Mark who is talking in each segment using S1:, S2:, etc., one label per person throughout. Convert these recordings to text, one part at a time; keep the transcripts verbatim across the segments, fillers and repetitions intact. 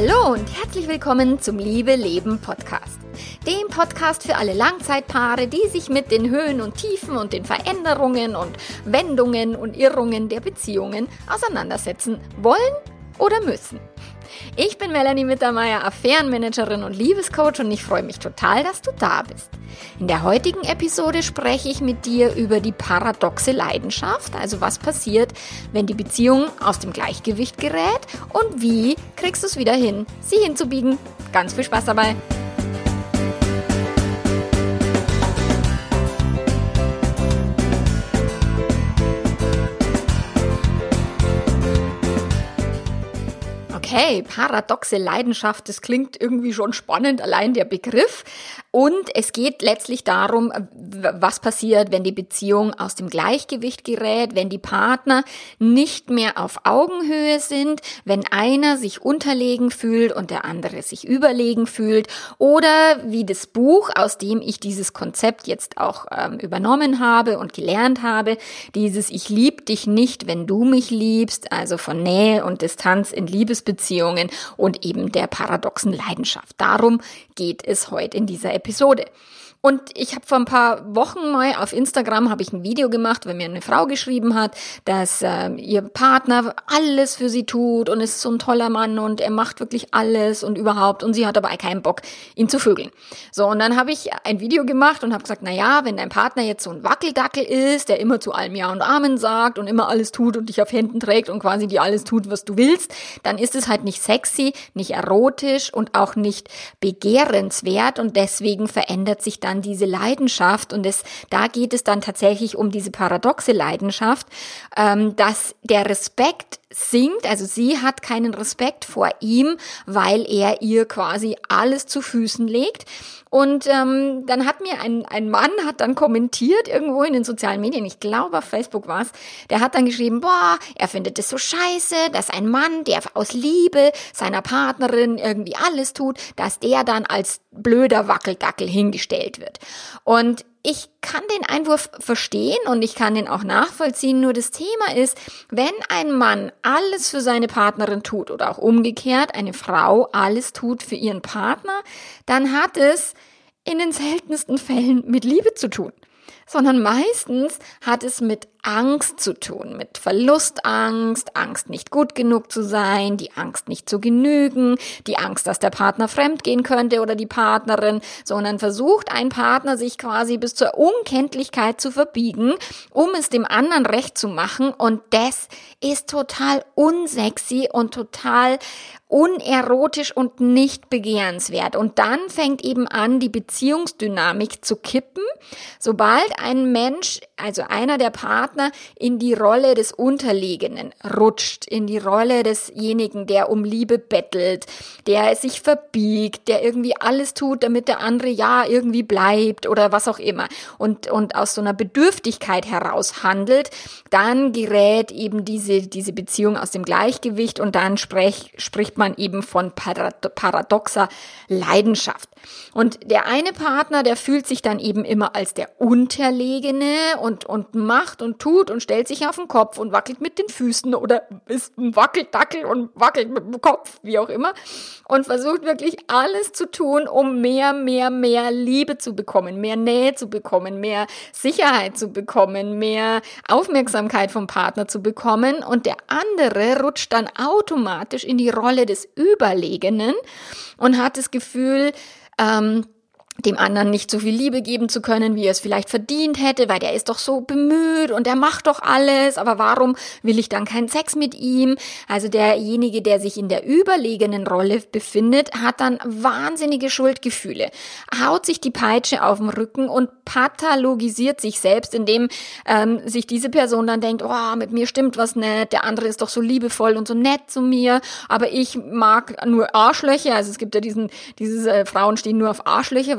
S1: Hallo und herzlich willkommen zum Liebe Leben Podcast. Dem Podcast für alle Langzeitpaare, die sich mit den Höhen und Tiefen und den Veränderungen und Wendungen und Irrungen der Beziehungen auseinandersetzen wollen oder müssen. Ich bin Melanie Mittermeier, Affärenmanagerin und Liebescoach und ich freue mich total, dass du da bist. In der heutigen Episode spreche ich mit dir über die paradoxe Leidenschaft, also was passiert, wenn die Beziehung aus dem Gleichgewicht gerät und wie kriegst du es wieder hin, sie hinzubiegen. Ganz viel Spaß dabei! Okay, paradoxe Leidenschaft, das klingt irgendwie schon spannend, allein der Begriff. Und es geht letztlich darum, was passiert, wenn die Beziehung aus dem Gleichgewicht gerät, wenn die Partner nicht mehr auf Augenhöhe sind, wenn einer sich unterlegen fühlt und der andere sich überlegen fühlt. Oder wie das Buch, aus dem ich dieses Konzept jetzt auch ähm, übernommen habe und gelernt habe, dieses Ich lieb dich nicht, wenn du mich liebst, also von Nähe und Distanz in Liebesbeziehungen und eben der paradoxen Leidenschaft. Darum geht es heute in dieser Episode. Und ich habe vor ein paar Wochen mal auf Instagram habe ich ein Video gemacht, weil mir eine Frau geschrieben hat, dass äh, ihr Partner alles für sie tut und ist so ein toller Mann und er macht wirklich alles und überhaupt und sie hat aber keinen Bock, ihn zu vögeln. So, und dann habe ich ein Video gemacht und habe gesagt, na ja, wenn dein Partner jetzt so ein Wackeldackel ist, der immer zu allem Ja und Amen sagt und immer alles tut und dich auf Händen trägt und quasi dir alles tut, was du willst, dann ist es halt nicht sexy, nicht erotisch und auch nicht begehrenswert und deswegen verändert sich dann diese Leidenschaft und es, da geht es dann tatsächlich um diese paradoxe Leidenschaft, ähm, dass der Respekt sinkt, also sie hat keinen Respekt vor ihm, weil er ihr quasi alles zu Füßen legt. Und ähm, dann hat mir ein, ein Mann, hat dann kommentiert irgendwo in den sozialen Medien, ich glaube auf Facebook war es, der hat dann geschrieben, boah, er findet es so scheiße, dass ein Mann, der aus Liebe seiner Partnerin irgendwie alles tut, dass der dann als blöder Wackeldackel hingestellt wird. Und ich kann den Einwurf verstehen und ich kann den auch nachvollziehen, nur das Thema ist, wenn ein Mann alles für seine Partnerin tut oder auch umgekehrt eine Frau alles tut für ihren Partner, dann hat es in den seltensten Fällen mit Liebe zu tun, sondern meistens hat es mit Angst zu tun, mit Verlustangst, Angst nicht gut genug zu sein, die Angst nicht zu genügen, die Angst, dass der Partner fremdgehen könnte oder die Partnerin, sondern versucht ein Partner sich quasi bis zur Unkenntlichkeit zu verbiegen, um es dem anderen recht zu machen und das ist total unsexy und total unerotisch und nicht begehrenswert. Und dann fängt eben an, die Beziehungsdynamik zu kippen, sobald ein Mensch, also einer der Partner, in die Rolle des Unterlegenen rutscht, in die Rolle desjenigen, der um Liebe bettelt, der sich verbiegt, der irgendwie alles tut, damit der andere ja irgendwie bleibt oder was auch immer und, und aus so einer Bedürftigkeit heraus handelt, dann gerät eben diese, diese Beziehung aus dem Gleichgewicht und dann sprech, spricht man eben von parad- paradoxer Leidenschaft. Und der eine Partner, der fühlt sich dann eben immer als der Unterlegene und, und macht und tut und stellt sich auf den Kopf und wackelt mit den Füßen oder ist ein Wackeldackel und wackelt mit dem Kopf, wie auch immer, und versucht wirklich alles zu tun, um mehr, mehr, mehr Liebe zu bekommen, mehr Nähe zu bekommen, mehr Sicherheit zu bekommen, mehr Aufmerksamkeit vom Partner zu bekommen und der andere rutscht dann automatisch in die Rolle des Überlegenen und hat das Gefühl, ähm, dem anderen nicht so viel Liebe geben zu können, wie er es vielleicht verdient hätte, weil der ist doch so bemüht und der macht doch alles, aber warum will ich dann keinen Sex mit ihm? Also derjenige, der sich in der überlegenen Rolle befindet, hat dann wahnsinnige Schuldgefühle, haut sich die Peitsche auf den Rücken und pathologisiert sich selbst, indem ähm, sich diese Person dann denkt, oh, mit mir stimmt was nicht, der andere ist doch so liebevoll und so nett zu mir, aber ich mag nur Arschlöcher, also es gibt ja diesen, dieses äh, Frauen stehen nur auf Arschlöcher,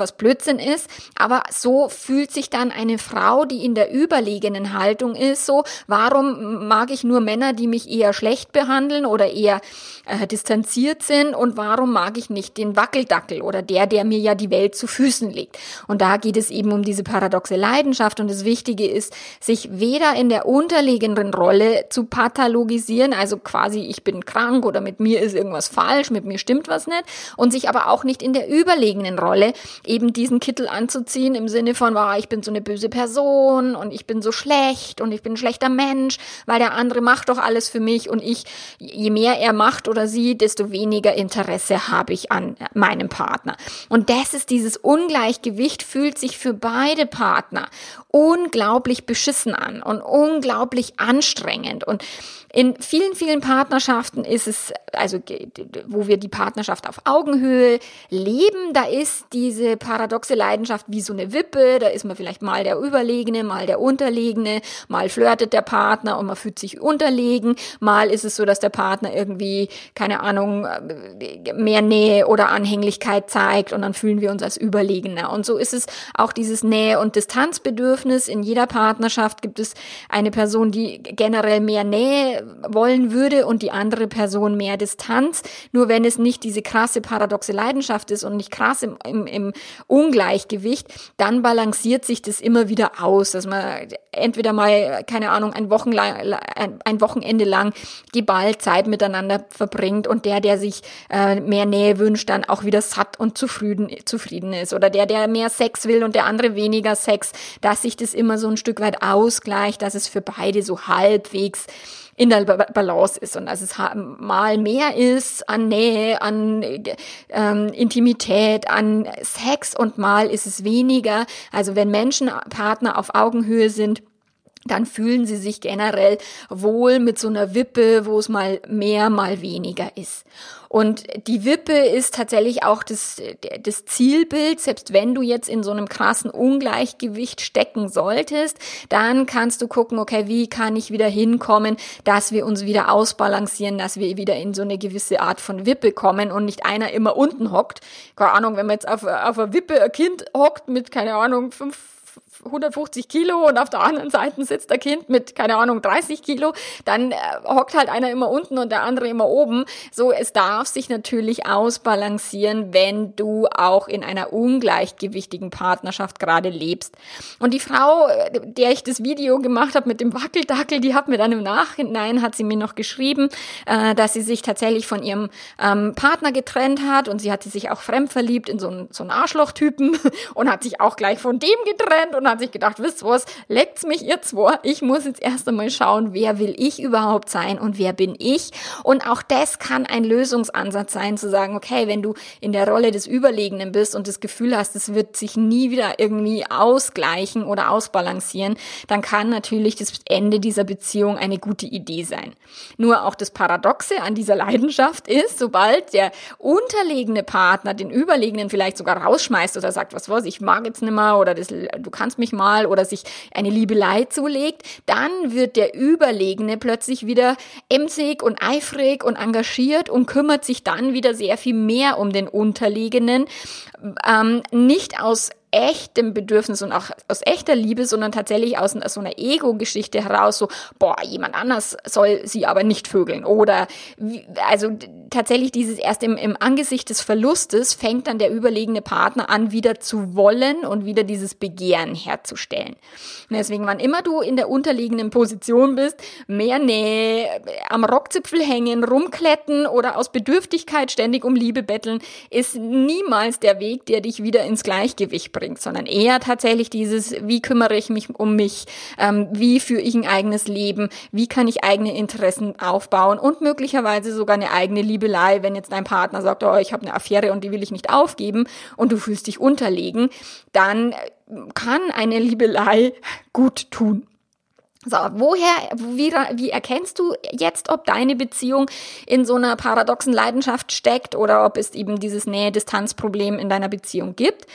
S1: was Blödsinn ist, aber so fühlt sich dann eine Frau, die in der überlegenen Haltung ist, so, warum mag ich nur Männer, die mich eher schlecht behandeln oder eher äh, distanziert sind und warum mag ich nicht den Wackeldackel oder der, der mir ja die Welt zu Füßen legt. Und da geht es eben um diese paradoxe Leidenschaft und das Wichtige ist, sich weder in der unterliegenden Rolle zu pathologisieren, also quasi ich bin krank oder mit mir ist irgendwas falsch, mit mir stimmt was nicht und sich aber auch nicht in der überlegenen Rolle eben diesen Kittel anzuziehen im Sinne von, oh, ich bin so eine böse Person und ich bin so schlecht und ich bin ein schlechter Mensch, weil der andere macht doch alles für mich und ich, je mehr er macht oder sie, desto weniger Interesse habe ich an meinem Partner. Und das ist dieses Ungleichgewicht, fühlt sich für beide Partner unglaublich beschissen an und unglaublich anstrengend. Und in vielen, vielen Partnerschaften ist es, also wo wir die Partnerschaft auf Augenhöhe leben, da ist diese paradoxe Leidenschaft wie so eine Wippe, da ist man vielleicht mal der Überlegene, mal der Unterlegene, mal flirtet der Partner und man fühlt sich unterlegen, mal ist es so, dass der Partner irgendwie, keine Ahnung, mehr Nähe oder Anhänglichkeit zeigt und dann fühlen wir uns als Überlegener. Und so ist es auch dieses Nähe- und Distanzbedürfnis. In jeder Partnerschaft gibt es eine Person, die generell mehr Nähe wollen würde und die andere Person mehr Distanz. Nur wenn es nicht diese krasse paradoxe Leidenschaft ist und nicht krass im, im, im Ungleichgewicht, dann balanciert sich das immer wieder aus, dass man entweder mal, keine Ahnung, ein, Wochenlang, ein Wochenende lang geballt Zeit miteinander verbringt und der, der sich äh, mehr Nähe wünscht, dann auch wieder satt und zufrieden, zufrieden ist. Oder der, der mehr Sex will und der andere weniger Sex, dass sich das immer so ein Stück weit ausgleicht, dass es für beide so halbwegs in der Balance ist und dass es mal mehr ist an Nähe, an ähm, Intimität, an Sex und mal ist es weniger. Also wenn Menschen, Partner auf Augenhöhe sind, dann fühlen sie sich generell wohl mit so einer Wippe, wo es mal mehr, mal weniger ist. Und die Wippe ist tatsächlich auch das, das Zielbild. Selbst wenn du jetzt in so einem krassen Ungleichgewicht stecken solltest, dann kannst du gucken, okay, wie kann ich wieder hinkommen, dass wir uns wieder ausbalancieren, dass wir wieder in so eine gewisse Art von Wippe kommen und nicht einer immer unten hockt. Keine Ahnung, wenn man jetzt auf, auf einer Wippe ein Kind hockt mit, keine Ahnung, fünf hundertfünfzig Kilo und auf der anderen Seite sitzt der Kind mit, keine Ahnung, dreißig Kilo, dann äh, hockt halt einer immer unten und der andere immer oben. So, es darf sich natürlich ausbalancieren, wenn du auch in einer ungleichgewichtigen Partnerschaft gerade lebst. Und die Frau, der ich das Video gemacht habe mit dem Wackeldackel, die hat mir dann im Nachhinein, hat sie mir noch geschrieben, äh, dass sie sich tatsächlich von ihrem ähm, Partner getrennt hat und sie hatte sich auch fremdverliebt in so einen, so einen Arschlochtypen und hat sich auch gleich von dem getrennt und hat sich gedacht, wisst ihr was, leckt's mich ihr zwei, ich muss jetzt erst einmal schauen, wer will ich überhaupt sein und wer bin ich. Und auch das kann ein Lösungsansatz sein, zu sagen, okay, wenn du in der Rolle des Überlegenen bist und das Gefühl hast, es wird sich nie wieder irgendwie ausgleichen oder ausbalancieren, dann kann natürlich das Ende dieser Beziehung eine gute Idee sein. Nur auch das Paradoxe an dieser Leidenschaft ist, sobald der unterlegene Partner den Überlegenen vielleicht sogar rausschmeißt oder sagt, was weiß ich, mag jetzt nicht mehr oder das, du kannst mich mal oder sich eine Liebelei zulegt, dann wird der Überlegene plötzlich wieder emsig und eifrig und engagiert und kümmert sich dann wieder sehr viel mehr um den Unterlegenen, ähm, nicht aus echtem Bedürfnis und auch aus echter Liebe, sondern tatsächlich aus, aus so einer Ego-Geschichte heraus, so, boah, jemand anders soll sie aber nicht vögeln. Oder, wie, also tatsächlich dieses erst im, im Angesicht des Verlustes fängt dann der überlegene Partner an, wieder zu wollen und wieder dieses Begehren herzustellen. Und deswegen, wann immer du in der unterliegenden Position bist, mehr Nähe, am Rockzipfel hängen, rumkletten oder aus Bedürftigkeit ständig um Liebe betteln, ist niemals der Weg, der dich wieder ins Gleichgewicht bringt, sondern eher tatsächlich dieses, wie kümmere ich mich um mich, ähm, wie führe ich ein eigenes Leben, wie kann ich eigene Interessen aufbauen und möglicherweise sogar eine eigene Liebelei, wenn jetzt dein Partner sagt, oh, ich habe eine Affäre und die will ich nicht aufgeben und du fühlst dich unterlegen, dann kann eine Liebelei gut tun. So, woher, wie, wie erkennst du jetzt, ob deine Beziehung in so einer paradoxen Leidenschaft steckt oder ob es eben dieses Nähe-Distanz-Problem in deiner Beziehung gibt?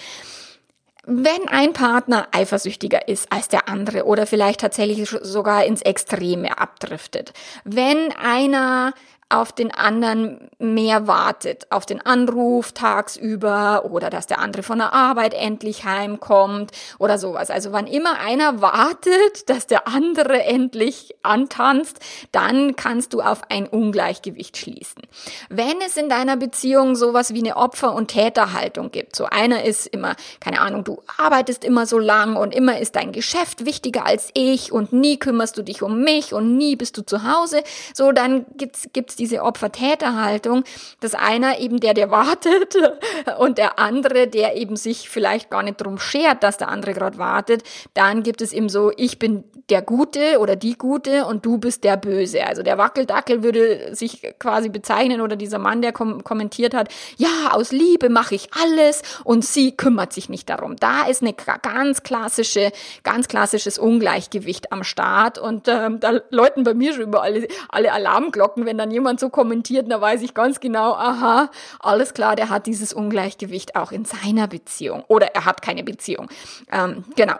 S1: Wenn ein Partner eifersüchtiger ist als der andere oder vielleicht tatsächlich sogar ins Extreme abdriftet, wenn einer auf den anderen mehr wartet, auf den Anruf tagsüber oder dass der andere von der Arbeit endlich heimkommt oder sowas. Also wann immer einer wartet, dass der andere endlich antanzt, dann kannst du auf ein Ungleichgewicht schließen. Wenn es in deiner Beziehung sowas wie eine Opfer- und Täterhaltung gibt, so einer ist immer, keine Ahnung, du arbeitest immer so lang und immer ist dein Geschäft wichtiger als ich und nie kümmerst du dich um mich und nie bist du zu Hause, so dann gibt's gibt's diese Opfer-Täter-Haltung, dass einer eben der, der wartet und der andere, der eben sich vielleicht gar nicht drum schert, dass der andere gerade wartet, dann gibt es eben so, ich bin der Gute oder die Gute und du bist der Böse. Also der Wackeldackel würde sich quasi bezeichnen oder dieser Mann, der kom- kommentiert hat, ja, aus Liebe mache ich alles und sie kümmert sich nicht darum. Da ist eine ganz klassische, ganz klassisches Ungleichgewicht am Start und ähm, da läuten bei mir schon über alle, alle Alarmglocken, wenn dann jemand so kommentiert, da weiß ich ganz genau, aha, alles klar, der hat dieses Ungleichgewicht auch in seiner Beziehung oder er hat keine Beziehung. Ähm, genau.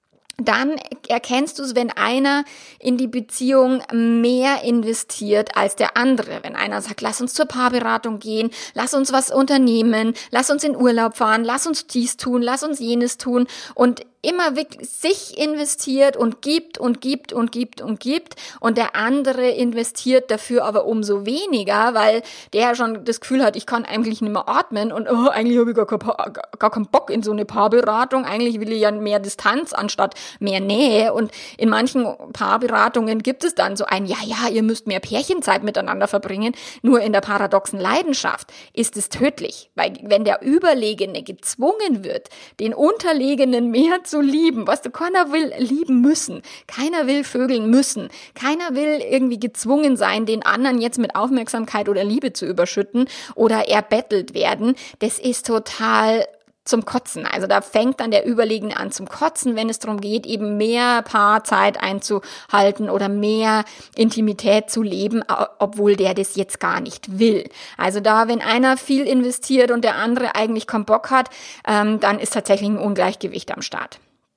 S1: Dann erkennst du es, wenn einer in die Beziehung mehr investiert als der andere. Wenn einer sagt, lass uns zur Paarberatung gehen, lass uns was unternehmen, lass uns in Urlaub fahren, lass uns dies tun, lass uns jenes tun und immer wirklich sich investiert und gibt und gibt und gibt und gibt und der andere investiert dafür aber umso weniger, weil der schon das Gefühl hat, ich kann eigentlich nicht mehr atmen und oh, eigentlich habe ich gar, kein, gar keinen Bock in so eine Paarberatung, eigentlich will ich ja mehr Distanz anstatt mehr Nähe und in manchen Paarberatungen gibt es dann so ein, ja, ja, ihr müsst mehr Pärchenzeit miteinander verbringen, nur in der paradoxen Leidenschaft ist es tödlich, weil wenn der Überlegene gezwungen wird, den Unterlegenen mehr zu lieben, was du, keiner will lieben müssen, keiner will vögeln müssen, keiner will irgendwie gezwungen sein, den anderen jetzt mit Aufmerksamkeit oder Liebe zu überschütten oder erbettelt werden, das ist total zum Kotzen. Also da fängt dann der Überlegene an zum Kotzen, wenn es darum geht, eben mehr Paarzeit einzuhalten oder mehr Intimität zu leben, obwohl der das jetzt gar nicht will. Also da, wenn einer viel investiert und der andere eigentlich keinen Bock hat, ähm, dann ist tatsächlich ein Ungleichgewicht am Start.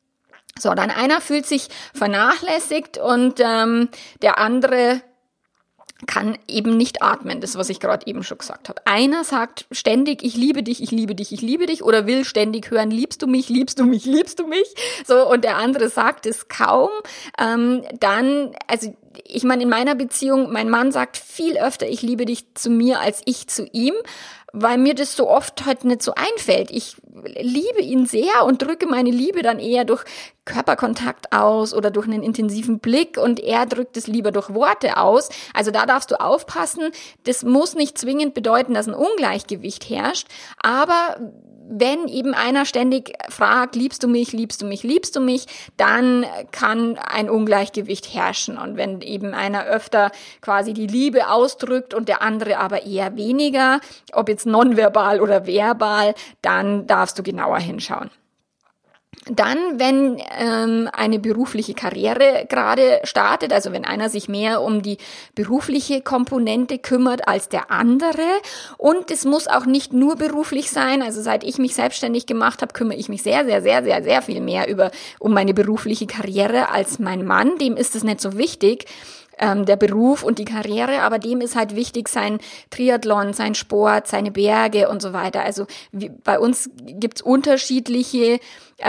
S1: So, dann einer fühlt sich vernachlässigt und ähm, der andere kann eben nicht atmen, das, was ich gerade eben schon gesagt habe. Einer sagt ständig, ich liebe dich, ich liebe dich, ich liebe dich oder will ständig hören, liebst du mich, liebst du mich, liebst du mich? So, und der andere sagt es kaum. Ähm, dann, also ich meine, in meiner Beziehung, mein Mann sagt viel öfter, ich liebe dich zu mir als ich zu ihm, weil mir das so oft halt nicht so einfällt. Ich liebe ihn sehr und drücke meine Liebe dann eher durch Körperkontakt aus oder durch einen intensiven Blick und er drückt es lieber durch Worte aus. Also da darfst du aufpassen. Das muss nicht zwingend bedeuten, dass ein Ungleichgewicht herrscht, aber wenn eben einer ständig fragt, liebst du mich, liebst du mich, liebst du mich, dann kann ein Ungleichgewicht herrschen. Und wenn eben einer öfter quasi die Liebe ausdrückt und der andere aber eher weniger, ob jetzt nonverbal oder verbal, dann darfst du genauer hinschauen. Dann, wenn ähm, eine berufliche Karriere gerade startet, also wenn einer sich mehr um die berufliche Komponente kümmert als der andere und es muss auch nicht nur beruflich sein, also seit ich mich selbstständig gemacht habe, kümmere ich mich sehr, sehr, sehr, sehr, sehr viel mehr über um meine berufliche Karriere als mein Mann, dem ist es nicht so wichtig, ähm, der Beruf und die Karriere, aber dem ist halt wichtig sein Triathlon, sein Sport, seine Berge und so weiter. Also wie, bei uns gibt's unterschiedliche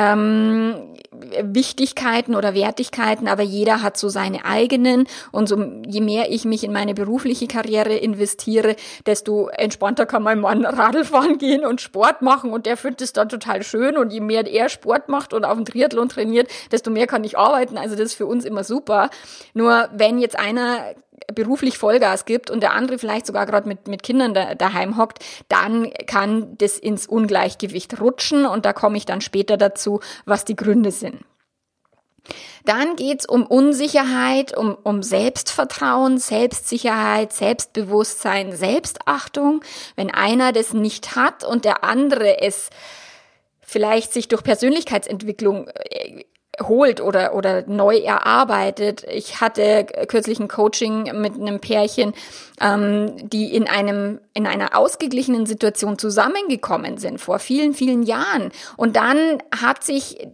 S1: ähm, Wichtigkeiten oder Wertigkeiten, aber jeder hat so seine eigenen und so je mehr ich mich in meine berufliche Karriere investiere, desto entspannter kann mein Mann Radl fahren gehen und Sport machen und der findet es dann total schön und je mehr er Sport macht und auf dem Triathlon trainiert, desto mehr kann ich arbeiten, also das ist für uns immer super. Nur wenn jetzt einer beruflich Vollgas gibt und der andere vielleicht sogar gerade mit mit Kindern da, daheim hockt, dann kann das ins Ungleichgewicht rutschen und da komme ich dann später dazu, was die Gründe sind. Dann geht's um Unsicherheit, um, um Selbstvertrauen, Selbstsicherheit, Selbstbewusstsein, Selbstachtung. Wenn einer das nicht hat und der andere es vielleicht sich durch Persönlichkeitsentwicklung holt oder oder neu erarbeitet. Ich hatte kürzlich ein Coaching mit einem Pärchen, ähm, die in einem in einer ausgeglichenen Situation zusammengekommen sind vor vielen vielen Jahren und dann hat sich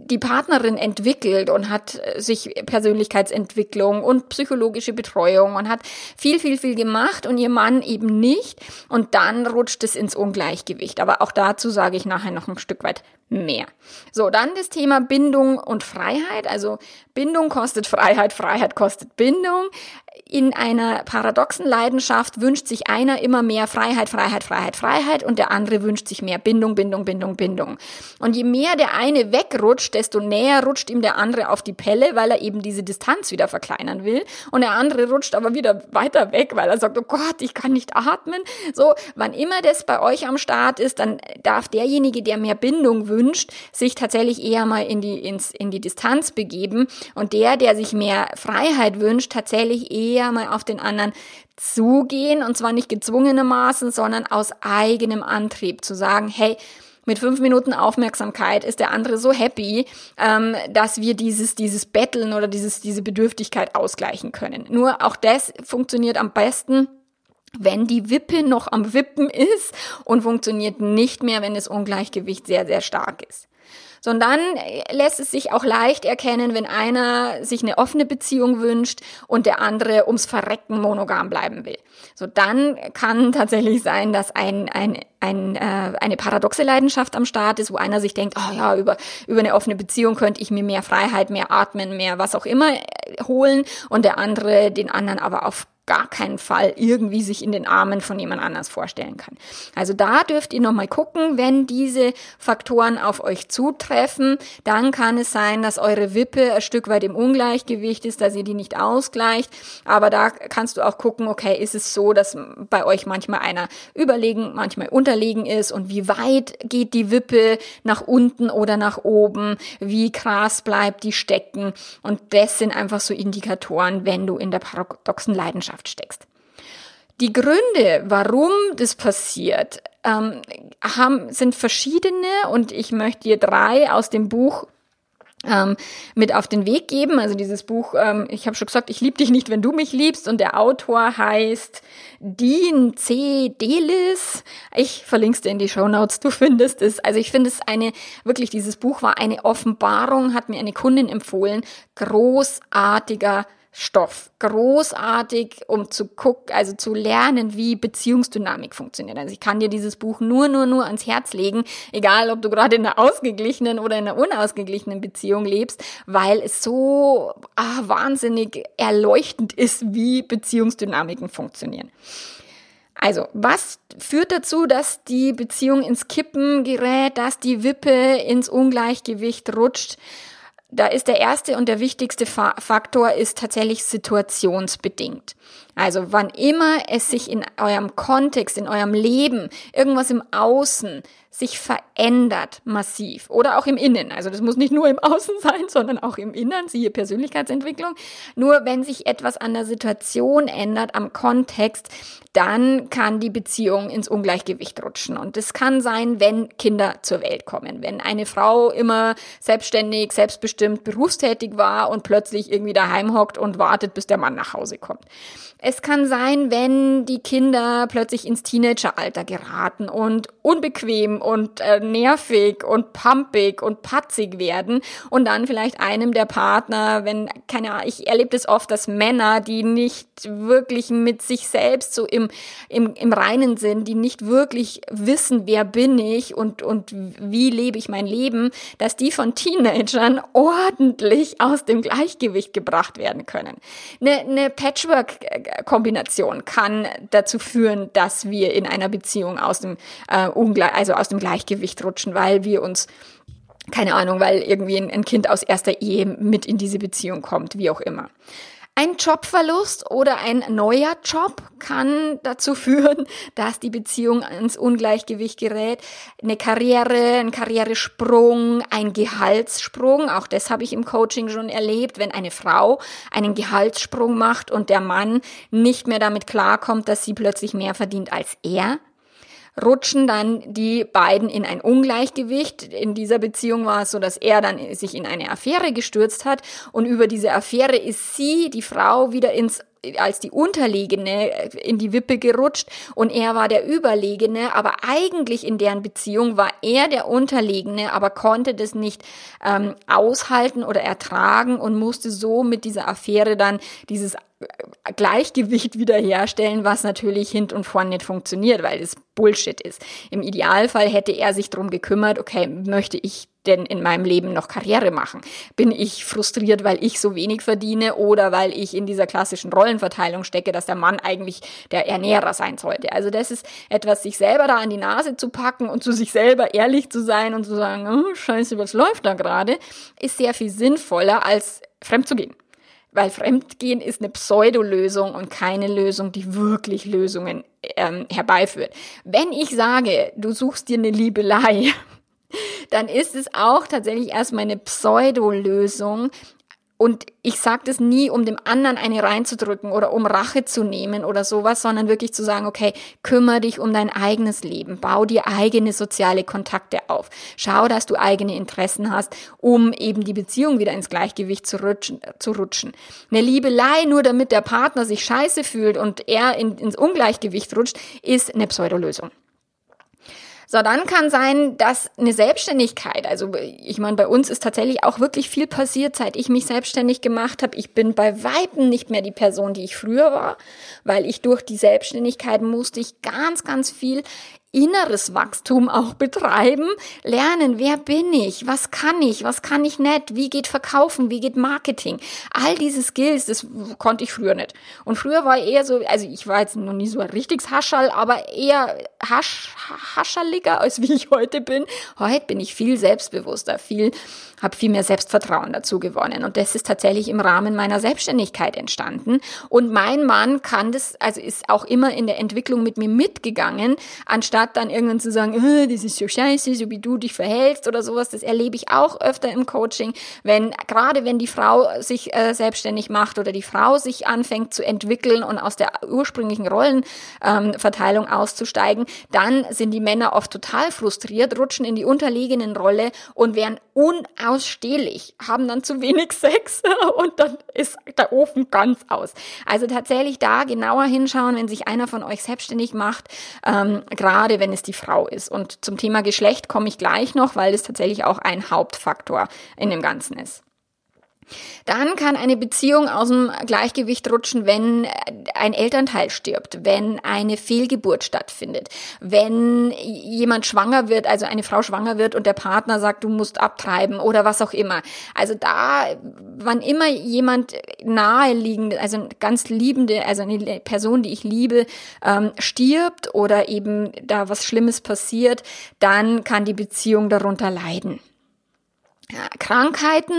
S1: die Partnerin entwickelt und hat sich Persönlichkeitsentwicklung und psychologische Betreuung und hat viel, viel, viel gemacht und ihr Mann eben nicht. Und dann rutscht es ins Ungleichgewicht. Aber auch dazu sage ich nachher noch ein Stück weit mehr. So, dann das Thema Bindung und Freiheit. Also Bindung kostet Freiheit, Freiheit kostet Bindung. In einer paradoxen Leidenschaft wünscht sich einer immer mehr Freiheit, Freiheit, Freiheit, Freiheit und der andere wünscht sich mehr Bindung, Bindung, Bindung, Bindung. Und je mehr der eine wegrutscht, desto näher rutscht ihm der andere auf die Pelle, weil er eben diese Distanz wieder verkleinern will. Und der andere rutscht aber wieder weiter weg, weil er sagt, oh Gott, ich kann nicht atmen. So, wann immer das bei euch am Start ist, dann darf derjenige, der mehr Bindung wünscht, sich tatsächlich eher mal in die, ins, in die Distanz begeben und der, der sich mehr Freiheit wünscht, tatsächlich eher mal auf den anderen zugehen und zwar nicht gezwungenermaßen, sondern aus eigenem Antrieb zu sagen, hey, mit fünf Minuten Aufmerksamkeit ist der andere so happy, ähm, dass wir dieses, dieses Betteln oder dieses, diese Bedürftigkeit ausgleichen können. Nur auch das funktioniert am besten, wenn die Wippe noch am Wippen ist und funktioniert nicht mehr, wenn das Ungleichgewicht sehr, sehr stark ist. So, und dann lässt es sich auch leicht erkennen, wenn einer sich eine offene Beziehung wünscht und der andere ums Verrecken monogam bleiben will. So, dann kann tatsächlich sein, dass ein, ein, ein, äh, eine paradoxe Leidenschaft am Start ist, wo einer sich denkt, oh ja, über, über eine offene Beziehung könnte ich mir mehr Freiheit, mehr Atmen, mehr was auch immer holen und der andere den anderen aber auf gar keinen Fall irgendwie sich in den Armen von jemand anders vorstellen kann. Also da dürft ihr nochmal gucken, wenn diese Faktoren auf euch zutreffen, dann kann es sein, dass eure Wippe ein Stück weit im Ungleichgewicht ist, dass ihr die nicht ausgleicht, aber da kannst du auch gucken, okay, ist es so, dass bei euch manchmal einer überlegen, manchmal unterlegen ist und wie weit geht die Wippe nach unten oder nach oben, wie krass bleibt die stecken und das sind einfach so Indikatoren, wenn du in der paradoxen Leidenschaft steckst. Die Gründe, warum das passiert, ähm, haben, sind verschiedene und ich möchte dir drei aus dem Buch ähm, mit auf den Weg geben. Also dieses Buch, ähm, ich habe schon gesagt, ich liebe dich nicht, wenn du mich liebst und der Autor heißt Dean C. Delis. Ich verlinke es dir in die Shownotes, du findest es. Also ich finde es eine, wirklich dieses Buch war eine Offenbarung, hat mir eine Kundin empfohlen, großartiger Stoff. Großartig, um zu gucken, also zu lernen, wie Beziehungsdynamik funktioniert. Also ich kann dir dieses Buch nur, nur, nur ans Herz legen, egal ob du gerade in einer ausgeglichenen oder in einer unausgeglichenen Beziehung lebst, weil es so ah, wahnsinnig erleuchtend ist, wie Beziehungsdynamiken funktionieren. Also, was führt dazu, dass die Beziehung ins Kippen gerät, dass die Wippe ins Ungleichgewicht rutscht? Da ist der erste und der wichtigste Faktor ist tatsächlich situationsbedingt. Also wann immer es sich in eurem Kontext, in eurem Leben, irgendwas im Außen sich verändert massiv oder auch im Innen. Also das muss nicht nur im Außen sein, sondern auch im Innern, siehe Persönlichkeitsentwicklung. Nur wenn sich etwas an der Situation ändert, am Kontext, dann kann die Beziehung ins Ungleichgewicht rutschen. Und das kann sein, wenn Kinder zur Welt kommen. Wenn eine Frau immer selbstständig, selbstbestimmt, berufstätig war und plötzlich irgendwie daheim hockt und wartet, bis der Mann nach Hause kommt. Es kann sein, wenn die Kinder plötzlich ins Teenageralter geraten und unbequem und äh, nervig und pumpig und patzig werden und dann vielleicht einem der Partner, wenn, keine Ahnung, ich erlebe das oft, dass Männer, die nicht wirklich mit sich selbst so im, im, im Reinen sind, die nicht wirklich wissen, wer bin ich und, und wie lebe ich mein Leben, dass die von Teenagern ordentlich aus dem Gleichgewicht gebracht werden können. Eine, eine Patchwork-Kombination kann dazu führen, dass wir in einer Beziehung aus dem äh, Ungleich, also aus dem Gleichgewicht rutschen, weil wir uns, keine Ahnung, weil irgendwie ein, ein Kind aus erster Ehe mit in diese Beziehung kommt, wie auch immer. Ein Jobverlust oder ein neuer Job kann dazu führen, dass die Beziehung ins Ungleichgewicht gerät. Eine Karriere, ein Karrieresprung, ein Gehaltssprung, auch das habe ich im Coaching schon erlebt, wenn eine Frau einen Gehaltssprung macht und der Mann nicht mehr damit klarkommt, dass sie plötzlich mehr verdient als er, rutschen dann die beiden in ein Ungleichgewicht. In dieser Beziehung war es so, dass er dann sich in eine Affäre gestürzt hat und über diese Affäre ist sie, die Frau, wieder ins als die Unterlegene in die Wippe gerutscht und er war der Überlegene, aber eigentlich in deren Beziehung war er der Unterlegene, aber konnte das nicht ähm, aushalten oder ertragen und musste so mit dieser Affäre dann dieses Gleichgewicht wiederherstellen, was natürlich hint und vorn nicht funktioniert, weil das Bullshit ist. Im Idealfall hätte er sich drum gekümmert, okay, möchte ich denn in meinem Leben noch Karriere machen? Bin ich frustriert, weil ich so wenig verdiene oder weil ich in dieser klassischen Rollenverteilung stecke, dass der Mann eigentlich der Ernährer sein sollte? Also das ist etwas, sich selber da an die Nase zu packen und zu sich selber ehrlich zu sein und zu sagen, oh, scheiße, was läuft da gerade, ist sehr viel sinnvoller, als fremd zu gehen. Weil Fremdgehen ist eine Pseudolösung und keine Lösung, die wirklich Lösungen ähm, herbeiführt. Wenn ich sage, du suchst dir eine Liebelei, dann ist es auch tatsächlich erstmal eine Pseudolösung. Und ich sage das nie, um dem anderen eine reinzudrücken oder um Rache zu nehmen oder sowas, sondern wirklich zu sagen, okay, kümmere dich um dein eigenes Leben, bau dir eigene soziale Kontakte auf, schau, dass du eigene Interessen hast, um eben die Beziehung wieder ins Gleichgewicht zu rutschen. Zu rutschen. Eine Liebelei, nur damit der Partner sich scheiße fühlt und er in, ins Ungleichgewicht rutscht, ist eine Pseudolösung. So, dann kann sein, dass eine Selbstständigkeit, also ich meine, bei uns ist tatsächlich auch wirklich viel passiert, seit ich mich selbstständig gemacht habe. Ich bin bei Weitem nicht mehr die Person, die ich früher war, weil ich durch die Selbstständigkeit musste ich ganz, ganz viel inneres Wachstum auch betreiben, lernen, wer bin ich, was kann ich, was kann ich nicht, wie geht Verkaufen, wie geht Marketing, all diese Skills, das konnte ich früher nicht. Und früher war eher so, also ich war jetzt noch nie so ein richtiges Hascherl, aber eher hasch, hascherliger, als wie ich heute bin. Heute bin ich viel selbstbewusster, viel, habe viel mehr Selbstvertrauen dazu gewonnen und das ist tatsächlich im Rahmen meiner Selbstständigkeit entstanden und mein Mann kann das, also ist auch immer in der Entwicklung mit mir mitgegangen, anstatt dann irgendwann zu sagen, oh, das ist so scheiße, so wie du dich verhältst oder sowas, das erlebe ich auch öfter im Coaching, wenn, gerade wenn die Frau sich äh, selbstständig macht oder die Frau sich anfängt zu entwickeln und aus der ursprünglichen Rollenverteilung ähm, auszusteigen, dann sind die Männer oft total frustriert, rutschen in die unterlegenen Rolle und werden unausstehlich, haben dann zu wenig Sex und dann ist der Ofen ganz aus. Also tatsächlich da genauer hinschauen, wenn sich einer von euch selbstständig macht, ähm, gerade wenn es die Frau ist. Und zum Thema Geschlecht komme ich gleich noch, weil es tatsächlich auch ein Hauptfaktor in dem Ganzen ist. Dann kann eine Beziehung aus dem Gleichgewicht rutschen, wenn ein Elternteil stirbt, wenn eine Fehlgeburt stattfindet, wenn jemand schwanger wird, also eine Frau schwanger wird und der Partner sagt, du musst abtreiben oder was auch immer. Also da, wann immer jemand naheliegend, also eine ganz liebende, also eine Person, die ich liebe, ähm, stirbt oder eben da was Schlimmes passiert, dann kann die Beziehung darunter leiden. Ja, Krankheiten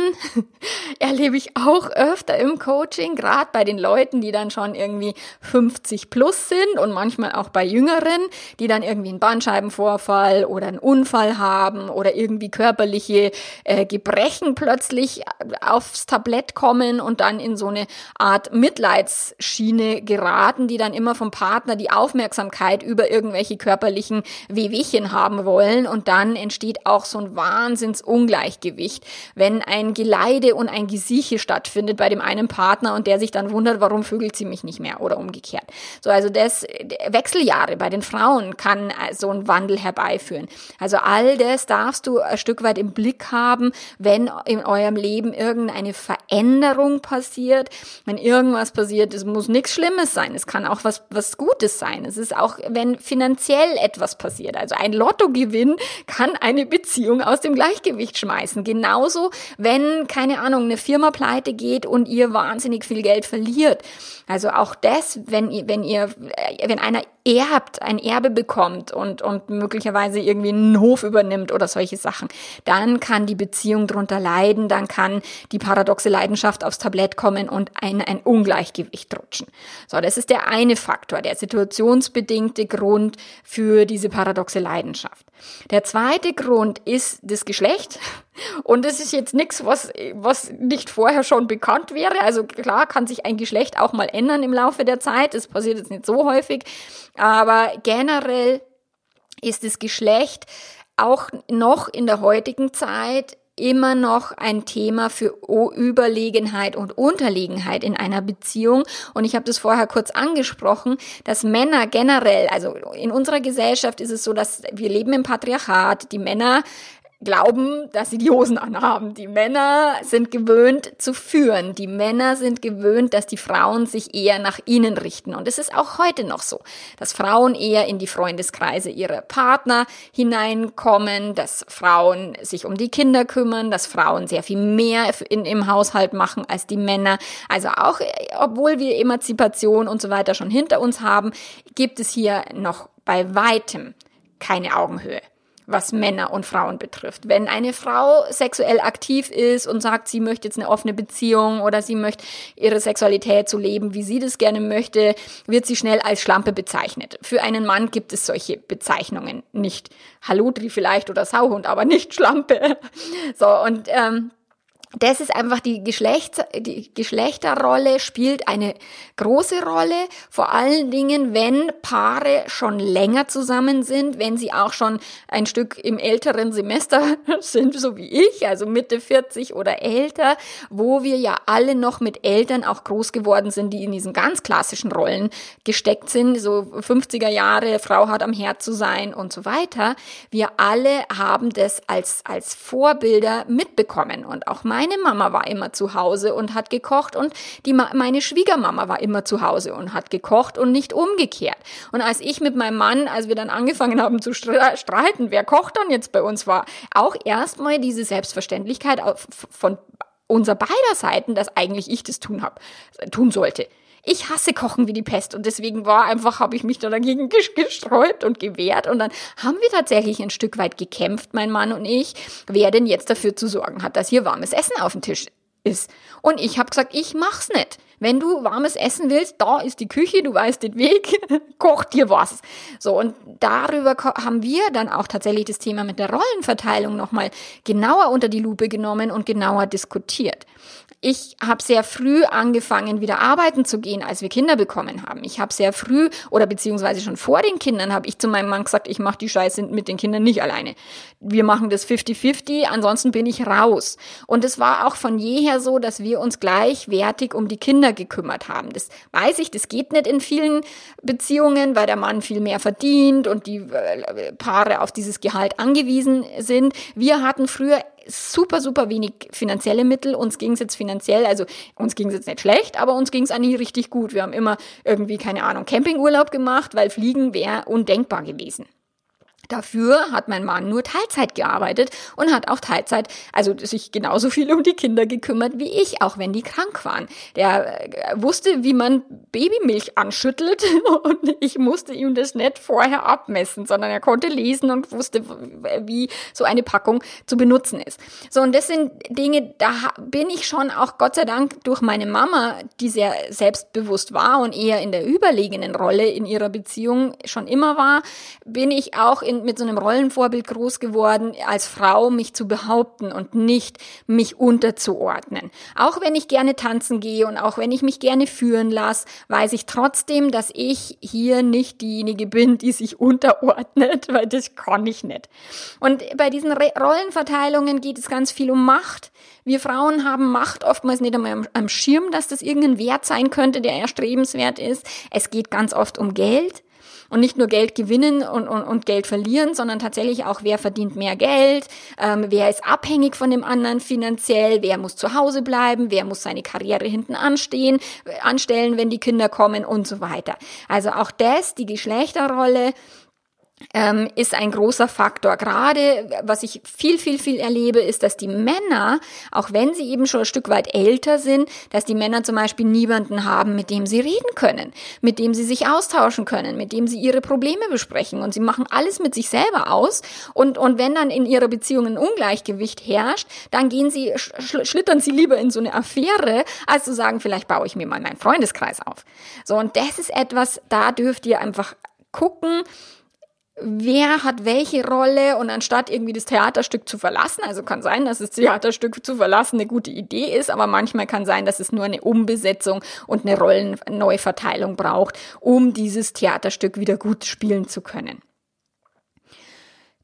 S1: erlebe ich auch öfter im Coaching, gerade bei den Leuten, die dann schon irgendwie fünfzig plus sind und manchmal auch bei Jüngeren, die dann irgendwie einen Bandscheibenvorfall oder einen Unfall haben oder irgendwie körperliche äh, Gebrechen plötzlich aufs Tablett kommen und dann in so eine Art Mitleidsschiene geraten, die dann immer vom Partner die Aufmerksamkeit über irgendwelche körperlichen Wehwehchen haben wollen und dann entsteht auch so ein Wahnsinnsungleichgewicht. Wenn ein Geleide und ein Gesieche stattfindet bei dem einen Partner und der sich dann wundert, warum vögelt sie mich nicht mehr oder umgekehrt. So, also das Wechseljahre bei den Frauen kann so einen Wandel herbeiführen. Also all das darfst du ein Stück weit im Blick haben, wenn in eurem Leben irgendeine Veränderung passiert, wenn irgendwas passiert, es muss nichts Schlimmes sein, es kann auch was was Gutes sein. Es ist auch, wenn finanziell etwas passiert, also ein Lottogewinn kann eine Beziehung aus dem Gleichgewicht schmeißen. Genauso, wenn, keine Ahnung, eine Firma pleite geht und ihr wahnsinnig viel Geld verliert. Also auch das, wenn ihr, wenn ihr, wenn einer erbt, ein Erbe bekommt und, und möglicherweise irgendwie einen Hof übernimmt oder solche Sachen, dann kann die Beziehung drunter leiden, dann kann die paradoxe Leidenschaft aufs Tablett kommen und ein, ein Ungleichgewicht rutschen. So, das ist der eine Faktor, der situationsbedingte Grund für diese paradoxe Leidenschaft. Der zweite Grund ist das Geschlecht. Und das ist jetzt nichts, was, was nicht vorher schon bekannt wäre. Also klar kann sich ein Geschlecht auch mal ändern im Laufe der Zeit. Das passiert jetzt nicht so häufig. Aber generell ist das Geschlecht auch noch in der heutigen Zeit immer noch ein Thema für Überlegenheit und Unterlegenheit in einer Beziehung. Und ich habe das vorher kurz angesprochen, dass Männer generell, also in unserer Gesellschaft ist es so, dass wir leben im Patriarchat, die Männer glauben, dass sie die Hosen anhaben. Die Männer sind gewöhnt zu führen. Die Männer sind gewöhnt, dass die Frauen sich eher nach ihnen richten. Und es ist auch heute noch so, dass Frauen eher in die Freundeskreise ihrer Partner hineinkommen, dass Frauen sich um die Kinder kümmern, dass Frauen sehr viel mehr in, im Haushalt machen als die Männer. Also auch, obwohl wir Emanzipation und so weiter schon hinter uns haben, gibt es hier noch bei weitem keine Augenhöhe, was Männer und Frauen betrifft. Wenn eine Frau sexuell aktiv ist und sagt, sie möchte jetzt eine offene Beziehung oder sie möchte ihre Sexualität so leben, wie sie das gerne möchte, wird sie schnell als Schlampe bezeichnet. Für einen Mann gibt es solche Bezeichnungen nicht. Haludri vielleicht oder Sauhund, aber nicht Schlampe. So, und ähm, das ist einfach die Geschlechts, die Geschlechterrolle spielt eine große Rolle, vor allen Dingen, wenn Paare schon länger zusammen sind, wenn sie auch schon ein Stück im älteren Semester sind, so wie ich, also Mitte vierzig oder älter, wo wir ja alle noch mit Eltern auch groß geworden sind, die in diesen ganz klassischen Rollen gesteckt sind, so fünfziger Jahre, Frau hat am Herd zu sein und so weiter. Wir alle haben das als, als Vorbilder mitbekommen und auch mein Meine Mama war immer zu Hause und hat gekocht und die meine Schwiegermama war immer zu Hause und hat gekocht und nicht umgekehrt. Und als ich mit meinem Mann, als wir dann angefangen haben zu streiten, wer kocht dann jetzt bei uns, war auch erstmal diese Selbstverständlichkeit von unser beider Seiten, dass eigentlich ich das tun hab, tun sollte. Ich hasse Kochen wie die Pest und deswegen war einfach, habe ich mich da dagegen gesträubt und gewehrt und dann haben wir tatsächlich ein Stück weit gekämpft, mein Mann und ich, wer denn jetzt dafür zu sorgen hat, dass hier warmes Essen auf dem Tisch ist. Und ich habe gesagt, ich mach's nicht. Wenn du warmes Essen willst, da ist die Küche, du weißt den Weg, koch dir was. So, und darüber haben wir dann auch tatsächlich das Thema mit der Rollenverteilung nochmal genauer unter die Lupe genommen und genauer diskutiert. Ich habe sehr früh angefangen, wieder arbeiten zu gehen, als wir Kinder bekommen haben. Ich habe sehr früh oder beziehungsweise schon vor den Kindern habe ich zu meinem Mann gesagt, ich mache die Scheiße mit den Kindern nicht alleine. Wir machen das fünfzig fünfzig, ansonsten bin ich raus. Und es war auch von jeher so, dass wir uns gleichwertig um die Kinder gekümmert haben. Das weiß ich, das geht nicht in vielen Beziehungen, weil der Mann viel mehr verdient und die Paare auf dieses Gehalt angewiesen sind. Wir hatten früher super, super wenig finanzielle Mittel. Uns ging es jetzt finanziell, also uns ging es jetzt nicht schlecht, aber uns ging es eigentlich richtig gut. Wir haben immer irgendwie, keine Ahnung, Campingurlaub gemacht, weil Fliegen wäre undenkbar gewesen. Dafür hat mein Mann nur Teilzeit gearbeitet und hat auch Teilzeit, also sich genauso viel um die Kinder gekümmert wie ich, auch wenn die krank waren. Der wusste, wie man Babymilch anschüttelt und ich musste ihm das nicht vorher abmessen, sondern er konnte lesen und wusste, wie so eine Packung zu benutzen ist. So, und das sind Dinge, da bin ich schon auch Gott sei Dank durch meine Mama, die sehr selbstbewusst war und eher in der überlegenen Rolle in ihrer Beziehung schon immer war, bin ich auch in mit so einem Rollenvorbild groß geworden, als Frau mich zu behaupten und nicht mich unterzuordnen. Auch wenn ich gerne tanzen gehe und auch wenn ich mich gerne führen lasse, weiß ich trotzdem, dass ich hier nicht diejenige bin, die sich unterordnet, weil das kann ich nicht. Und bei diesen Re- Rollenverteilungen geht es ganz viel um Macht. Wir Frauen haben Macht oftmals nicht einmal am, am Schirm, dass das irgendein Wert sein könnte, der erstrebenswert ist. Es geht ganz oft um Geld. Und nicht nur Geld gewinnen und, und, und Geld verlieren, sondern tatsächlich auch, wer verdient mehr Geld, ähm, wer ist abhängig von dem anderen finanziell, wer muss zu Hause bleiben, wer muss seine Karriere hinten anstehen, äh, anstellen, wenn die Kinder kommen und so weiter. Also auch das, die Geschlechterrolle, Ähm, ist ein großer Faktor. Gerade, was ich viel, viel, viel erlebe, ist, dass die Männer, auch wenn sie eben schon ein Stück weit älter sind, dass die Männer zum Beispiel niemanden haben, mit dem sie reden können, mit dem sie sich austauschen können, mit dem sie ihre Probleme besprechen und sie machen alles mit sich selber aus und, und wenn dann in ihrer Beziehung ein Ungleichgewicht herrscht, dann gehen sie, sch- schlittern sie lieber in so eine Affäre, als zu sagen, vielleicht baue ich mir mal meinen Freundeskreis auf. So, und das ist etwas, da dürft ihr einfach gucken, wer hat welche Rolle und anstatt irgendwie das Theaterstück zu verlassen, also kann sein, dass das Theaterstück zu verlassen eine gute Idee ist, aber manchmal kann sein, dass es nur eine Umbesetzung und eine Rollenneuverteilung braucht, um dieses Theaterstück wieder gut spielen zu können.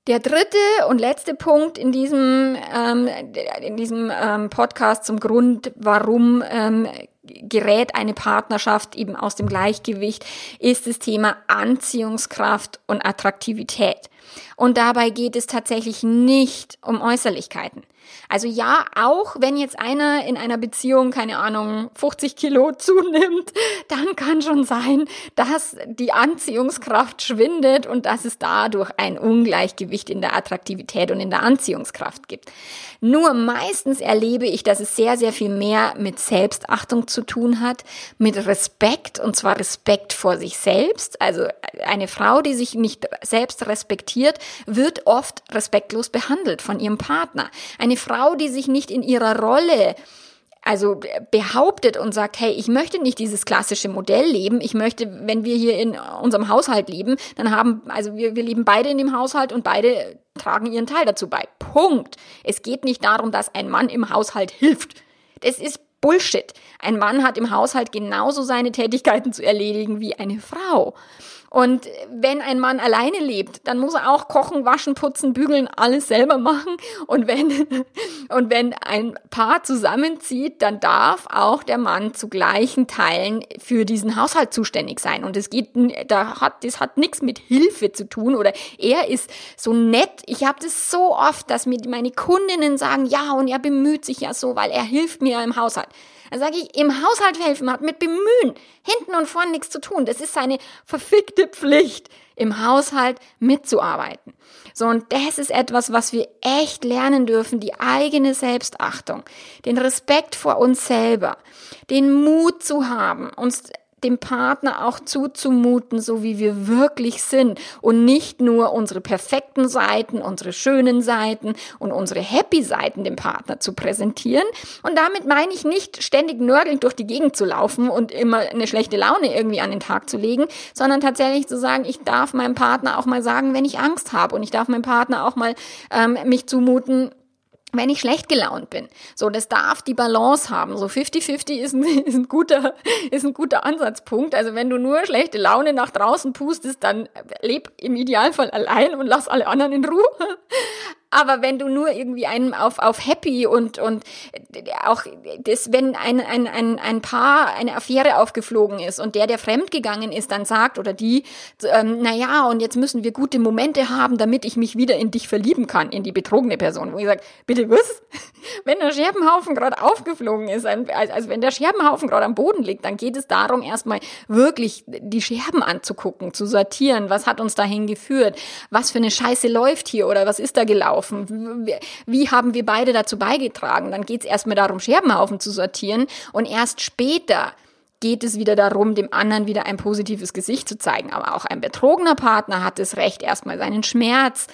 S1: Der dritte und letzte Punkt in diesem, ähm, in diesem ähm, Podcast zum Grund, warum ähm, gerät eine Partnerschaft eben aus dem Gleichgewicht, ist das Thema Anziehungskraft und Attraktivität. Und dabei geht es tatsächlich nicht um Äußerlichkeiten. Also ja, auch wenn jetzt einer in einer Beziehung, keine Ahnung, fünfzig Kilo zunimmt, dann kann schon sein, dass die Anziehungskraft schwindet und dass es dadurch ein Ungleichgewicht in der Attraktivität und in der Anziehungskraft gibt. Nur meistens erlebe ich, dass es sehr, sehr viel mehr mit Selbstachtung zu tun hat, mit Respekt, und zwar Respekt vor sich selbst. Also eine Frau, die sich nicht selbst respektiert, wird oft respektlos behandelt von ihrem Partner. Eine Frau, die sich nicht in ihrer Rolle also behauptet und sagt, hey, ich möchte nicht dieses klassische Modell leben, ich möchte, wenn wir hier in unserem Haushalt leben, dann haben, also wir, wir leben beide in dem Haushalt und beide tragen ihren Teil dazu bei. Punkt. Es geht nicht darum, dass ein Mann im Haushalt hilft. Das ist Bullshit. Ein Mann hat im Haushalt genauso seine Tätigkeiten zu erledigen wie eine Frau. Und wenn ein Mann alleine lebt, dann muss er auch kochen, waschen, putzen, bügeln, alles selber machen. Und wenn, und wenn ein Paar zusammenzieht, dann darf auch der Mann zu gleichen Teilen für diesen Haushalt zuständig sein. Und es geht, da hat, das hat nichts mit Hilfe zu tun oder er ist so nett. Ich habe das so oft, dass mir meine Kundinnen sagen, ja, und er bemüht sich ja so, weil er hilft mir im Haushalt. Dann sage ich, im Haushalt helfen hat mit Bemühen hinten und vorne nichts zu tun. Das ist seine verfickte Pflicht, im Haushalt mitzuarbeiten. So, und das ist etwas, was wir echt lernen dürfen, die eigene Selbstachtung, den Respekt vor uns selber, den Mut zu haben, uns dem Partner auch zuzumuten, so wie wir wirklich sind und nicht nur unsere perfekten Seiten, unsere schönen Seiten und unsere happy Seiten dem Partner zu präsentieren. Und damit meine ich nicht ständig nörgelnd durch die Gegend zu laufen und immer eine schlechte Laune irgendwie an den Tag zu legen, sondern tatsächlich zu sagen, ich darf meinem Partner auch mal sagen, wenn ich Angst habe, und ich darf meinem Partner auch mal ähm, mich zumuten, wenn ich schlecht gelaunt bin. So, das darf die Balance haben. So fünfzig fünfzig ist ein, ist ein guter, ist ein guter Ansatzpunkt. Also wenn du nur schlechte Laune nach draußen pustest, dann leb im Idealfall allein und lass alle anderen in Ruhe. Aber wenn du nur irgendwie einen auf, auf happy und, und auch das, wenn ein, ein, ein, ein Paar eine Affäre aufgeflogen ist und der, der fremdgegangen ist, dann sagt oder die, ähm, na ja, und jetzt müssen wir gute Momente haben, damit ich mich wieder in dich verlieben kann, in die betrogene Person. Wo ich sage, bitte was? Wenn der Scherbenhaufen gerade aufgeflogen ist, also wenn der Scherbenhaufen gerade am Boden liegt, dann geht es darum, erstmal wirklich die Scherben anzugucken, zu sortieren, was hat uns dahin geführt, was für eine Scheiße läuft hier oder was ist da gelaufen. Wie haben wir beide dazu beigetragen? Dann geht es erstmal darum, Scherbenhaufen zu sortieren und erst später geht es wieder darum, dem anderen wieder ein positives Gesicht zu zeigen. Aber auch ein betrogener Partner hat das Recht, erstmal seinen Schmerz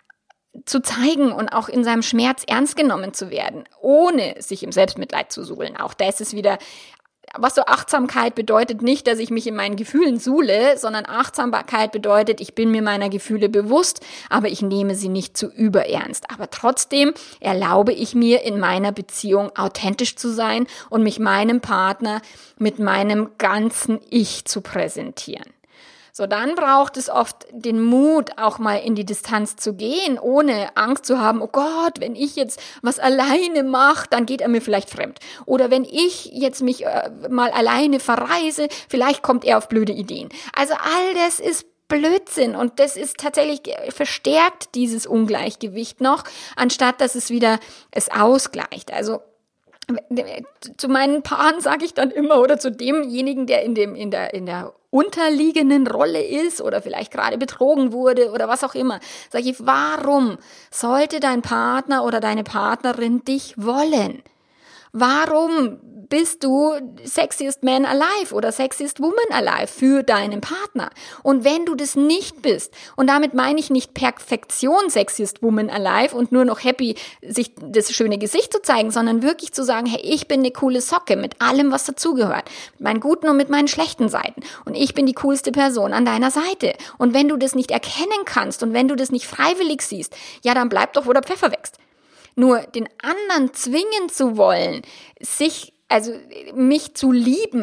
S1: zu zeigen und auch in seinem Schmerz ernst genommen zu werden, ohne sich im Selbstmitleid zu suhlen. Auch das ist wieder, was so Achtsamkeit bedeutet, nicht, dass ich mich in meinen Gefühlen suhle, sondern Achtsamkeit bedeutet, ich bin mir meiner Gefühle bewusst, aber ich nehme sie nicht zu überernst. Aber trotzdem erlaube ich mir in meiner Beziehung authentisch zu sein und mich meinem Partner mit meinem ganzen Ich zu präsentieren. So, dann braucht es oft den Mut, auch mal in die Distanz zu gehen, ohne Angst zu haben, oh Gott, wenn ich jetzt was alleine mache, dann geht er mir vielleicht fremd. Oder wenn ich jetzt mich äh, mal alleine verreise, vielleicht kommt er auf blöde Ideen. Also all das ist Blödsinn und das ist tatsächlich verstärkt dieses Ungleichgewicht noch, anstatt dass es wieder es ausgleicht. Also zu meinen Paaren sage ich dann immer oder zu demjenigen, der in dem in der in der unterliegenden Rolle ist oder vielleicht gerade betrogen wurde oder was auch immer, sage ich, warum sollte dein Partner oder deine Partnerin dich wollen? Warum bist du sexiest man alive oder sexiest woman alive für deinen Partner? Und wenn du das nicht bist, und damit meine ich nicht Perfektion sexiest woman alive und nur noch happy, sich das schöne Gesicht zu zeigen, sondern wirklich zu sagen, hey, ich bin eine coole Socke mit allem, was dazugehört, mit meinen guten und mit meinen schlechten Seiten. Und ich bin die coolste Person an deiner Seite. Und wenn du das nicht erkennen kannst und wenn du das nicht freiwillig siehst, ja, dann bleib doch, wo der Pfeffer wächst. Nur den anderen zwingen zu wollen, sich, also mich zu lieben,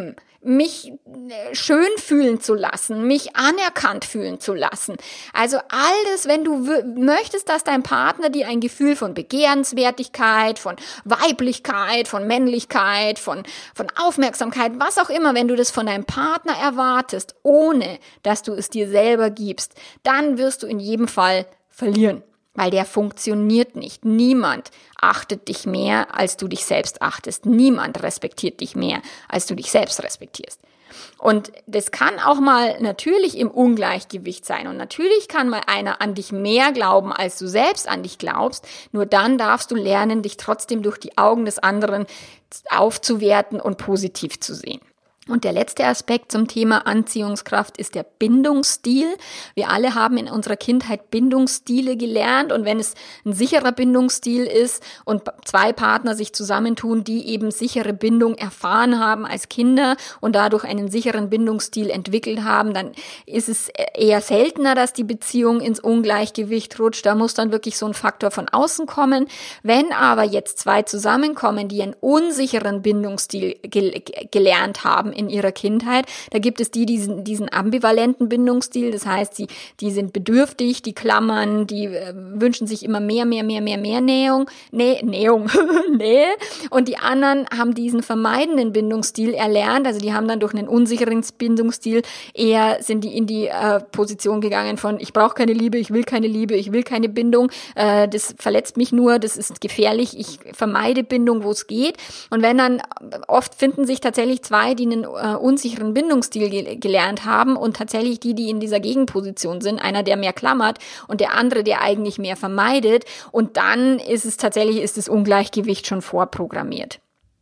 S1: mich schön fühlen zu lassen, mich anerkannt fühlen zu lassen. Also alles, wenn du w- möchtest, dass dein Partner dir ein Gefühl von Begehrenswertigkeit, von Weiblichkeit, von Männlichkeit, von, von Aufmerksamkeit, was auch immer, wenn du das von deinem Partner erwartest, ohne dass du es dir selber gibst, dann wirst du in jedem Fall verlieren. Weil der funktioniert nicht. Niemand achtet dich mehr, als du dich selbst achtest. Niemand respektiert dich mehr, als du dich selbst respektierst. Und das kann auch mal natürlich im Ungleichgewicht sein. Und natürlich kann mal einer an dich mehr glauben, als du selbst an dich glaubst. Nur dann darfst du lernen, dich trotzdem durch die Augen des anderen aufzuwerten und positiv zu sehen. Und der letzte Aspekt zum Thema Anziehungskraft ist der Bindungsstil. Wir alle haben in unserer Kindheit Bindungsstile gelernt und wenn es ein sicherer Bindungsstil ist und zwei Partner sich zusammentun, die eben sichere Bindung erfahren haben als Kinder und dadurch einen sicheren Bindungsstil entwickelt haben, dann ist es eher seltener, dass die Beziehung ins Ungleichgewicht rutscht. Da muss dann wirklich so ein Faktor von außen kommen. Wenn aber jetzt zwei zusammenkommen, die einen unsicheren Bindungsstil ge- gelernt haben, in ihrer Kindheit. Da gibt es die, diesen, diesen ambivalenten Bindungsstil, das heißt, sie, die sind bedürftig, die klammern, die äh, wünschen sich immer mehr, mehr, mehr, mehr, mehr Nähung, Nä Nähung, Nähe. Und die anderen haben diesen vermeidenden Bindungsstil erlernt, also die haben dann durch einen unsicheren Bindungsstil eher sind die in die äh, Position gegangen von, ich brauche keine Liebe, ich will keine Liebe, ich will keine Bindung, äh, das verletzt mich nur, das ist gefährlich, ich vermeide Bindung, wo es geht. Und wenn dann, oft finden sich tatsächlich zwei, die einen Uh, unsicheren Bindungsstil ge- gelernt haben und tatsächlich die, die in dieser Gegenposition sind, einer, der mehr klammert und der andere, der eigentlich mehr vermeidet und dann ist es tatsächlich, ist das Ungleichgewicht schon vorprogrammiert.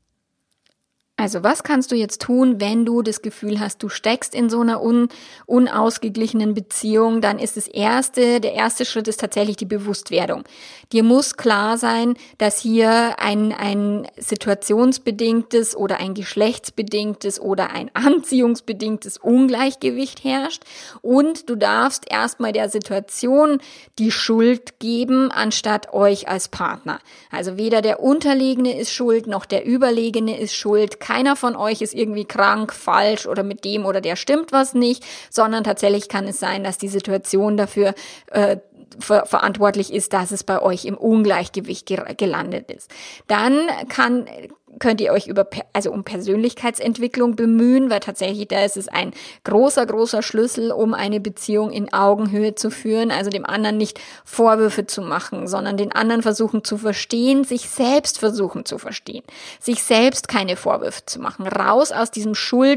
S1: Also was kannst du jetzt tun, wenn du das Gefühl hast, du steckst in so einer un, unausgeglichenen Beziehung, dann ist das erste, der erste Schritt ist tatsächlich die Bewusstwerdung. Dir muss klar sein, dass hier ein, ein situationsbedingtes oder ein geschlechtsbedingtes oder ein anziehungsbedingtes Ungleichgewicht herrscht und du darfst erstmal der Situation die Schuld geben, anstatt euch als Partner. Also weder der Unterlegene ist schuld, noch der Überlegene ist schuld. Keiner von euch ist irgendwie krank, falsch oder mit dem oder der stimmt was nicht, sondern tatsächlich kann es sein, dass die Situation dafür äh, ver- verantwortlich ist, dass es bei euch im Ungleichgewicht ger- gelandet ist. Dann kann könnt ihr euch über, also um Persönlichkeitsentwicklung bemühen, weil tatsächlich da ist es ein großer, großer Schlüssel, um eine Beziehung in Augenhöhe zu führen, also dem anderen nicht Vorwürfe zu machen, sondern den anderen versuchen zu verstehen, sich selbst versuchen zu verstehen, sich selbst keine Vorwürfe zu machen, raus aus diesem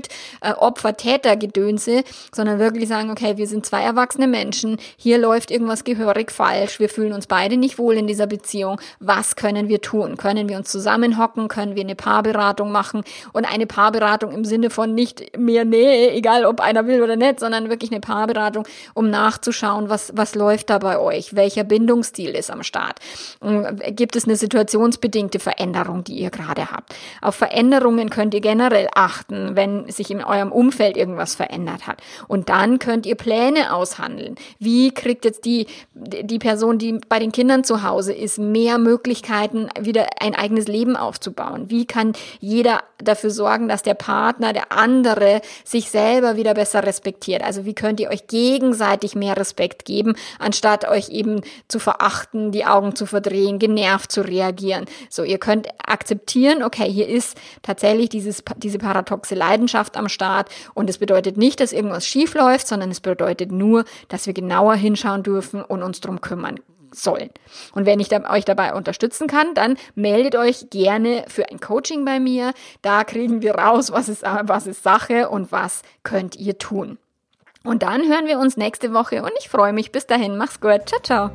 S1: Schuld-Opfer-Täter-Gedönse, sondern wirklich sagen, okay, wir sind zwei erwachsene Menschen, hier läuft irgendwas gehörig falsch, wir fühlen uns beide nicht wohl in dieser Beziehung, was können wir tun? Können wir uns zusammenhocken? Können wir eine Paarberatung machen und eine Paarberatung im Sinne von nicht mehr Nähe, egal ob einer will oder nicht, sondern wirklich eine Paarberatung, um nachzuschauen, was, was läuft da bei euch, welcher Bindungsstil ist am Start. Gibt es eine situationsbedingte Veränderung, die ihr gerade habt? Auf Veränderungen könnt ihr generell achten, wenn sich in eurem Umfeld irgendwas verändert hat. Und dann könnt ihr Pläne aushandeln. Wie kriegt jetzt die, die Person, die bei den Kindern zu Hause ist, mehr Möglichkeiten, wieder ein eigenes Leben aufzubauen? Wie kann jeder dafür sorgen, dass der Partner, der andere, sich selber wieder besser respektiert? Also wie könnt ihr euch gegenseitig mehr Respekt geben, anstatt euch eben zu verachten, die Augen zu verdrehen, genervt zu reagieren? So, ihr könnt akzeptieren, okay, hier ist tatsächlich dieses, diese paradoxe Leidenschaft am Start und es bedeutet nicht, dass irgendwas schief läuft, sondern es bedeutet nur, dass wir genauer hinschauen dürfen und uns drum kümmern sollen. Und wenn ich da, euch dabei unterstützen kann, dann meldet euch gerne für ein Coaching bei mir. Da kriegen wir raus, was ist, was ist Sache und was könnt ihr tun. Und dann hören wir uns nächste Woche und ich freue mich. Bis dahin, mach's gut. Ciao, ciao.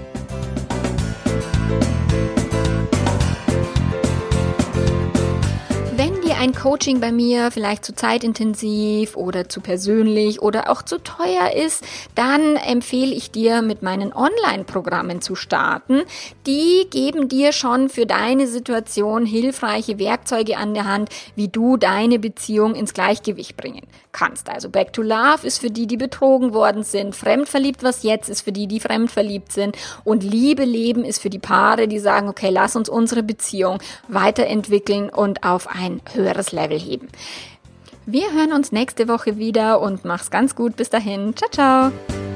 S1: Ein Coaching bei mir vielleicht zu zeitintensiv oder zu persönlich oder auch zu teuer ist, dann empfehle ich dir, mit meinen Online-Programmen zu starten. Die geben dir schon für deine Situation hilfreiche Werkzeuge an der Hand, wie du deine Beziehung ins Gleichgewicht bringen kannst. Also Back to Love ist für die, die betrogen worden sind, Fremdverliebt, was jetzt ist für die, die fremdverliebt sind und Liebe leben ist für die Paare, die sagen, okay, lass uns unsere Beziehung weiterentwickeln und auf ein höheres Level heben. Wir hören uns nächste Woche wieder und mach's ganz gut. Bis dahin. Ciao, ciao.